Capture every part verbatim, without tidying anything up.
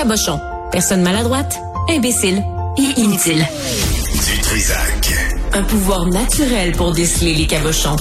cabochon. Personne maladroite, imbécile et inutile. Du Trisac. Un pouvoir naturel pour déceler les cabochons.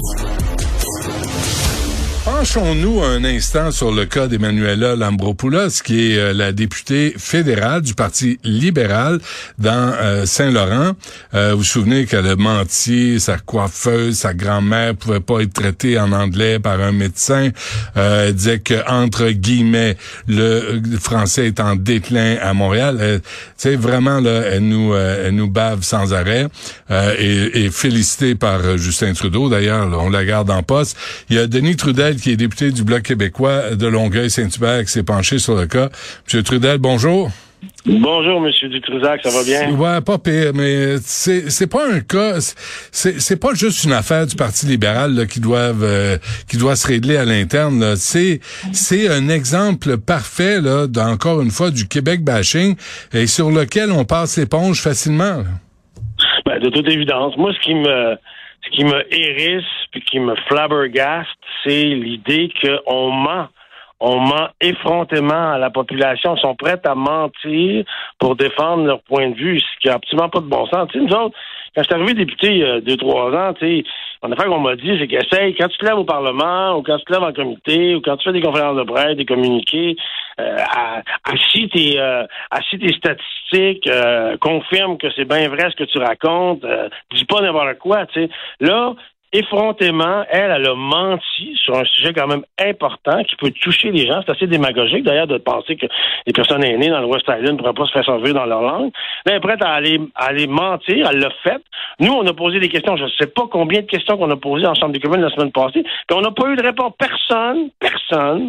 Penchons-nous un instant sur le cas d'Emmanuela Lambropoulos, qui est euh, la députée fédérale du Parti libéral dans euh, Saint-Laurent. Euh, vous vous souvenez qu'elle a menti, sa coiffeuse, sa grand-mère pouvait pas être traitée en anglais par un médecin. Euh, elle disait que, entre guillemets, le, le français est en déclin à Montréal. Tu sais, vraiment, là, elle nous, euh, elle nous bave sans arrêt. Euh, et, et félicitée par euh, Justin Trudeau, d'ailleurs, là, on la garde en poste. Il y a Denis Trudel, qui est député du Bloc québécois de Longueuil-Saint-Hubert, qui s'est penché sur le cas. Monsieur Trudel, bonjour. Bonjour, Monsieur Dutrisac, ça va bien? Ouais, pas pire, mais c'est c'est pas un cas, c'est c'est pas juste une affaire du Parti libéral là, qui doivent euh, qui doit se régler à l'interne. Là. C'est c'est un exemple parfait là, d'encore une fois du Québec bashing et sur lequel on passe l'éponge facilement. Là. Ben, de toute évidence, moi ce qui me ce qui me hérisse puis qui me flabbergaste, c'est l'idée qu'on ment. On ment effrontément à la population. Ils sont prêts à mentir pour défendre leur point de vue, ce qui n'a absolument pas de bon sens. Tu sais, nous autres, quand je suis arrivé député il y a deux, trois ans, tu sais, en effet, qu'on m'a dit, c'est qu'essaye, quand tu te lèves au Parlement, ou quand tu te lèves en comité, ou quand tu fais des conférences de presse, des communiqués, euh, assis tes, euh, assis tes statistiques, euh, confirme que c'est bien vrai ce que tu racontes, euh, dis pas n'importe quoi, tu sais. Là, effrontément, elle, elle a menti sur un sujet quand même important qui peut toucher les gens. C'est assez démagogique, d'ailleurs, de penser que les personnes aînées dans le West Island ne pourraient pas se faire servir dans leur langue. Mais elle est prête à aller, à aller mentir. Elle l'a fait. Nous, on a posé des questions. Je ne sais pas combien de questions qu'on a posées en Chambre des communes la semaine passée. Puis on n'a pas eu de réponse. Personne, personne,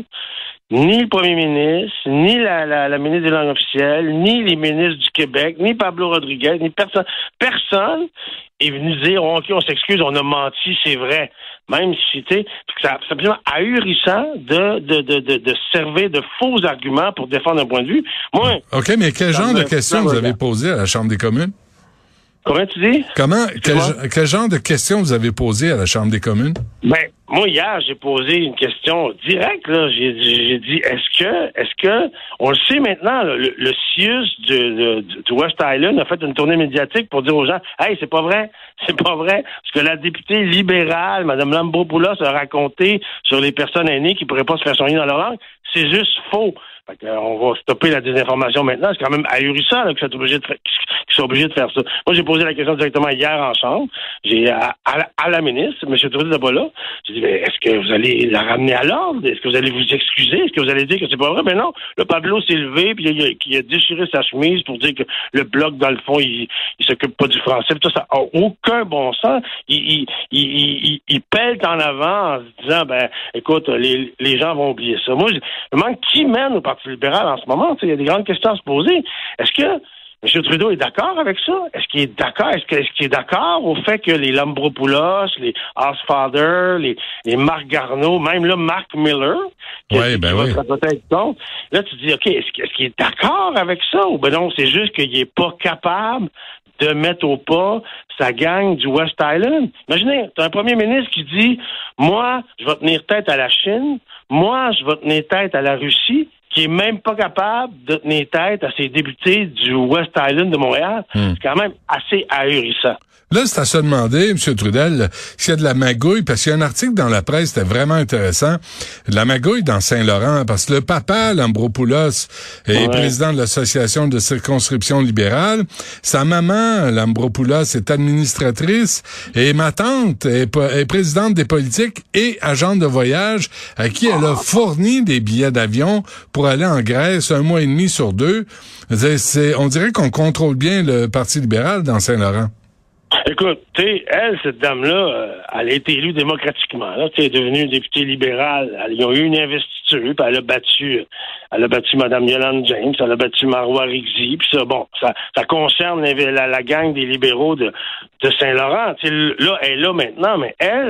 ni le premier ministre, ni la, la, la ministre des langues officielles, ni les ministres du Québec, ni Pablo Rodriguez, ni personne, personne est venu dire, oh, OK, on s'excuse, on a menti, c'est vrai. Même si, tu sais, c'est absolument ahurissant de, de, de, de, de servir de faux arguments pour défendre un point de vue. Moi. OK, mais quel genre me, de questions vous avez posées à la Chambre des communes? Comment tu dis? Comment, quel, quel genre de questions vous avez posées à la Chambre des communes? Ben, moi, hier, j'ai posé une question directe, là. J'ai, j'ai dit, est-ce que, est-ce que, on le sait maintenant, là, le, le C I U S du, du, du West Island a fait une tournée médiatique pour dire aux gens, hey, c'est pas vrai, c'est pas vrai, parce que la députée libérale, Mme Lambropoulos, a raconté sur les personnes aînées qui pourraient pas se faire soigner dans leur langue. C'est juste faux. Fait que, euh, on va stopper la désinformation maintenant. C'est quand même ahurissant là, que soit obligé de faire, qu'ils soient obligés de faire ça. Moi, j'ai posé la question directement hier en chambre. J'ai à, à, la, à la ministre, M. Trudeau n'est pas là. J'ai dit, mais est-ce que vous allez la ramener à l'ordre? Est-ce que vous allez vous excuser? Est-ce que vous allez dire que c'est pas vrai? Ben non. Le Pablo s'est levé, puis il a, il a déchiré sa chemise pour dire que le bloc, dans le fond, il, il s'occupe pas du français. Puis ça, ça a aucun bon sens. Il, il, il, il, il pèle en avant en se disant, ben, écoute, les, les gens vont oublier ça. Moi, je me demande qui mène au Parti libéral en ce moment. Il y a des grandes questions à se poser. Est-ce que M. Trudeau est d'accord avec ça? Est-ce qu'il est d'accord? Est-ce, que, est-ce qu'il est d'accord au fait que les Lambropoulos, les Housefather, les, les Marc Garneau, même là, Mark Miller, qui, ouais, ben qui oui. va peut-être compte, là, tu te dis, OK, est-ce, est-ce qu'il est d'accord avec ça? Ou ben non, c'est juste qu'il est pas capable de mettre au pas sa gang du West Island. Imaginez, tu as un premier ministre qui dit, moi, je vais tenir tête à la Chine, moi, je vais tenir tête à la Russie, qui est même pas capable de tenir tête à ses députés du West Island de Montréal. Hmm. C'est quand même assez ahurissant. Là, c'est à se demander, M. Trudel, s'il y a de la magouille, parce qu'il y a un article dans la presse, c'était vraiment intéressant, de la magouille dans Saint-Laurent, parce que le papa, Lambropoulos, est ouais. président de l'association de circonscription libérale, sa maman, Lambropoulos, est administratrice, et ma tante est, est présidente des politiques et agente de voyage, à qui elle a fourni des billets d'avion pour aller en Grèce un mois et demi sur deux. C'est, on dirait qu'on contrôle bien le Parti libéral dans Saint-Laurent. Écoute, tu sais, elle, cette dame-là, euh, elle a été élue démocratiquement. Là, tu sais, elle est devenue députée libérale. Ils ont eu une investiture, puis elle a battu, elle a battu Mme Yolande James, elle a battu Marois Rigzi, puis ça, bon, ça, ça concerne la, la, la gang des libéraux de, de Saint-Laurent. Tu sais, là, elle est là maintenant, mais elle,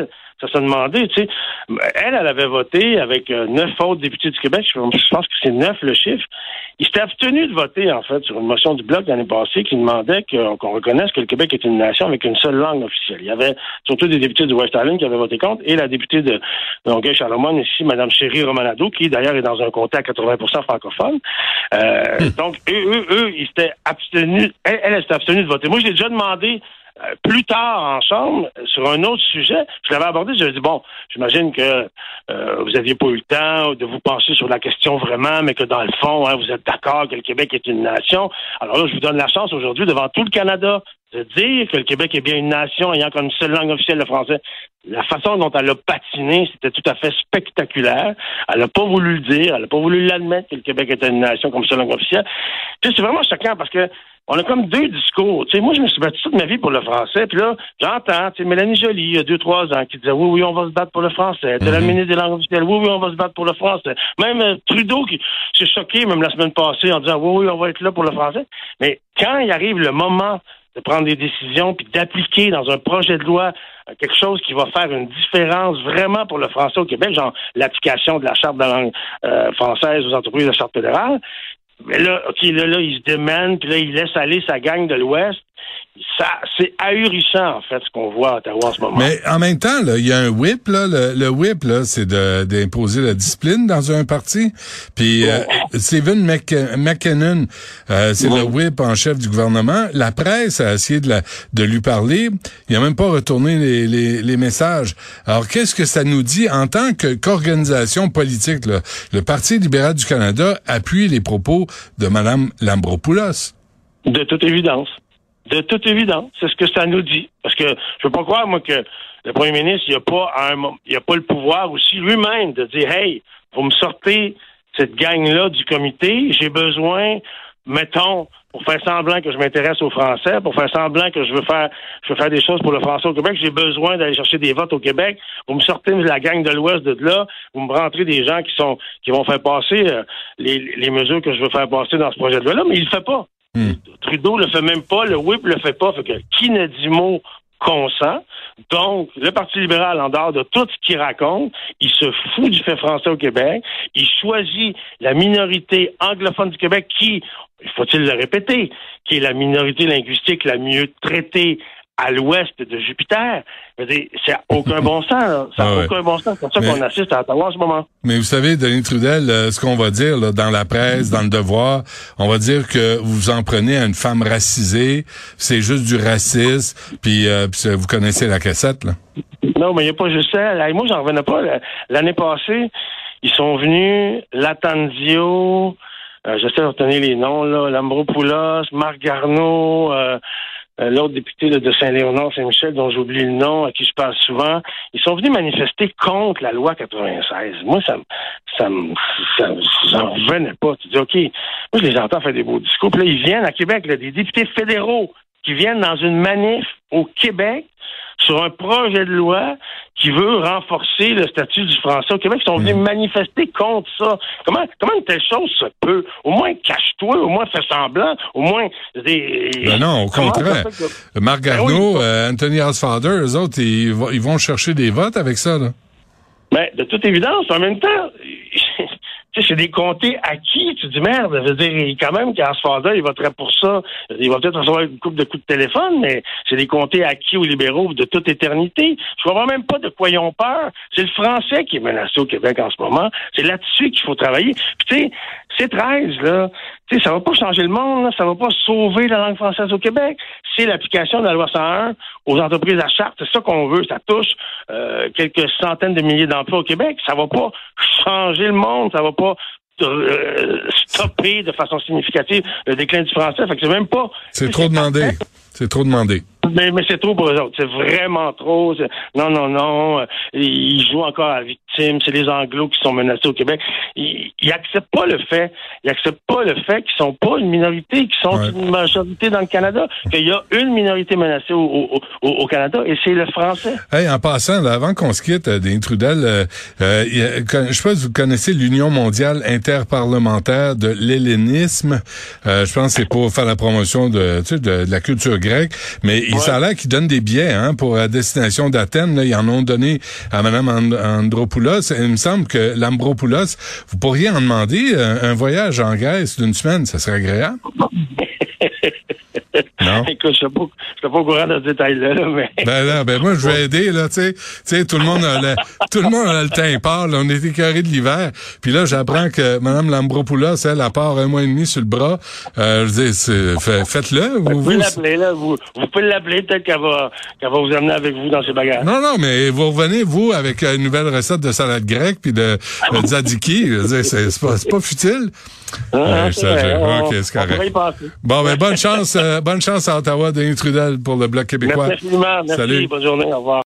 Ça se demandait, tu sais. Elle, elle avait voté avec euh, neuf autres députés du Québec. Je pense que c'est neuf le chiffre. Ils s'étaient abstenus de voter, en fait, sur une motion du Bloc l'année passée qui demandait que, qu'on reconnaisse que le Québec est une nation avec une seule langue officielle. Il y avait surtout des députés du West Island qui avaient voté contre et la députée de Longueuil-Charlemagne ici, Mme Chérie Romanado, qui d'ailleurs est dans un comté à quatre-vingts pour cent francophone. Euh, hum. Donc, eux, eux, eux, ils s'étaient abstenus. Elle, elle, elle s'était abstenue de voter. Moi, je l'ai déjà demandé Euh, plus tard en chambre, sur un autre sujet, je l'avais abordé, je lui ai dit, bon, j'imagine que euh, vous n'aviez pas eu le temps de vous pencher sur la question vraiment, mais que dans le fond, hein, vous êtes d'accord que le Québec est une nation. Alors là, je vous donne la chance aujourd'hui, devant tout le Canada, de dire que le Québec est bien une nation ayant comme seule langue officielle le français. La façon dont elle a patiné, c'était tout à fait spectaculaire. Elle n'a pas voulu le dire, elle n'a pas voulu l'admettre que le Québec était une nation comme seule langue officielle. Tu sais, c'est vraiment choquant parce que on a comme deux discours. Tu sais, moi, je me suis battu toute ma vie pour le français. Puis là, j'entends, tu sais, Mélanie Joly, il y a deux, trois ans, qui disait, oui, oui, on va se battre pour le français. Mm-hmm. La ministre des langues officielles, oui, oui, on va se battre pour le français. Même euh, Trudeau, qui s'est choqué, même la semaine passée, en disant, oui, oui, on va être là pour le français. Mais quand il arrive le moment de prendre des décisions puis d'appliquer dans un projet de loi quelque chose qui va faire une différence vraiment pour le français au Québec, genre l'application de la Charte de la langue euh, française aux entreprises de la Charte fédérale, mais là, OK, là, là, il se démène, puis là, il laisse aller sa gang de l'Ouest. Ça, c'est ahurissant, en fait, ce qu'on voit à Ottawa en ce moment. Mais en même temps, là, il y a un whip, là. Le, le whip, là, c'est de, d'imposer la discipline dans un parti. Puis, oh. euh, Stephen Mc, McKinnon, euh, c'est oh. le whip en chef du gouvernement. La presse a essayé de, la, de lui parler. Il a même pas retourné les, les, les messages. Alors, qu'est-ce que ça nous dit en tant que, qu'organisation politique, là? Le Parti libéral du Canada appuie les propos de Mme Lambropoulos. De toute évidence. De toute évidence, c'est ce que ça nous dit. Parce que je veux pas croire, moi, que le premier ministre, il a pas un, il a pas le pouvoir aussi lui-même de dire, hey, vous me sortez cette gang-là du comité, j'ai besoin, mettons, pour faire semblant que je m'intéresse aux Français, pour faire semblant que je veux faire, je veux faire des choses pour le français au Québec, j'ai besoin d'aller chercher des votes au Québec. Vous me sortez de la gang de l'Ouest de là, vous me rentrez des gens qui sont, qui vont faire passer euh, les, les mesures que je veux faire passer dans ce projet de loi-là, mais il le fait pas. Hmm. Trudeau le fait même pas, le whip le fait pas, fait que qui ne dit mot consent. Donc, le Parti libéral, en dehors de tout ce qu'il raconte, il se fout du fait français au Québec, il choisit la minorité anglophone du Québec qui, faut-il le répéter, qui est la minorité linguistique la mieux traitée à l'ouest de Jupiter. Je veux dire, ça n'a aucun bon sens, là. Ça n'a ah ouais. aucun bon sens. C'est pour ça mais, qu'on assiste à Ottawa en ce moment. Mais vous savez, Denis Trudel, euh, ce qu'on va dire là, dans la presse, dans le Devoir, on va dire que vous en prenez à une femme racisée, c'est juste du racisme, puis, euh, puis vous connaissez la cassette, là. Non, mais il n'y a pas juste ça. Là, moi, j'en revenais pas. L'année passée, ils sont venus, Latanzio, euh, j'essaie de retenir les noms, là, Lambropoulos, Marc Garneau, euh, Euh, l'autre député là, de Saint-Léonard-Saint-Michel, dont j'oublie le nom, à qui je parle souvent, ils sont venus manifester contre la loi quatre-vingt-seize. Moi, ça me ça me ça, j'en revenais pas. Tu dis, OK, moi, je les entends faire des beaux discours. Puis là, ils viennent à Québec, là, des députés fédéraux qui viennent dans une manif au Québec sur un projet de loi qui veut renforcer le statut du français au Québec. Ils sont venus mmh. manifester contre ça. Comment comment une telle chose se peut? Au moins, cache-toi, au moins, fais semblant, au moins... Des... Ben non, au contraire. Que... Marc Garneau, ben oui, euh, Anthony Housefather, eux autres, ils, ils vont chercher des votes avec ça, là. Ben, de toute évidence, en même temps... Tu sais, c'est des comtés acquis. Tu dis, merde, ça veut dire, quand même, qu'à Housefather, il voterait pour ça. Il va peut-être recevoir une couple de coups de téléphone, mais c'est des comtés acquis aux libéraux de toute éternité. Je comprends même pas de quoi ils ont peur. C'est le français qui est menacé au Québec en ce moment. C'est là-dessus qu'il faut travailler. Puis, tu sais, C treize, là, tu sais, ça va pas changer le monde, là. Ça va pas sauver la langue française au Québec. C'est l'application de la loi cent un aux entreprises à charte. C'est ça qu'on veut. Ça touche euh, quelques centaines de milliers d'emplois au Québec. Ça va pas changer le monde. Ça va pas euh, stopper de façon significative le déclin du français. Fait que c'est même pas... C'est trop demandé. C'est trop demandé. Mais, mais c'est trop pour eux autres. C'est vraiment trop. C'est... Non, non, non. Ils jouent encore à la victime. C'est les Anglos qui sont menacés au Québec. Ils, ils acceptent pas le fait. Ils acceptent pas le fait qu'ils sont pas une minorité, qu'ils sont ouais. une majorité dans le Canada. Qu'il y a une minorité menacée au, au, au, au Canada et c'est le français. Hey, en passant, là, avant qu'on se quitte, euh, Denis Trudel, euh, euh, je sais pas si vous connaissez l'Union mondiale interparlementaire de l'hellénisme. Euh, je pense que c'est pour faire la promotion de, tu sais, de, de la culture grecque. Mais ouais. ça a l'air qu'ils donnent des billets hein, pour la destination d'Athènes. Là, ils en ont donné à Mme And- Andropoulos. Il me semble que l'Ambropoulos, vous pourriez en demander un, un voyage en Grèce d'une semaine. Ça serait agréable? Non. Écoute, je ne suis pas au courant de ce détail-là, là, mais... Ben là, ben moi, je vais aider, là, tu sais. Tu sais, tout le monde a le, tout le monde a le teint pâle, là, on est écœurés de l'hiver. Puis là, j'apprends que Mme Lambropoulos, elle, elle part un mois et demi sur le bras. Euh, je dis, c'est, fait, faites-le. Vous, vous pouvez vous, l'appeler, là. Vous, vous pouvez l'appeler, peut-être qu'elle va, qu'elle va vous amener avec vous dans ses bagages. Non, non, mais vous revenez, vous, avec une nouvelle recette de salade grecque puis de, de tzatziki. Je veux dire, c'est, c'est pas, c'est pas futile. Ah, ouais, c'est ça, vrai, je, on, ok, c'est correct. on bon, ben, bonne chance, euh, bonne chance à Ottawa, Denis Trudel, pour le Bloc québécois. Merci infiniment. Merci. Salut. Bonne journée. Au revoir.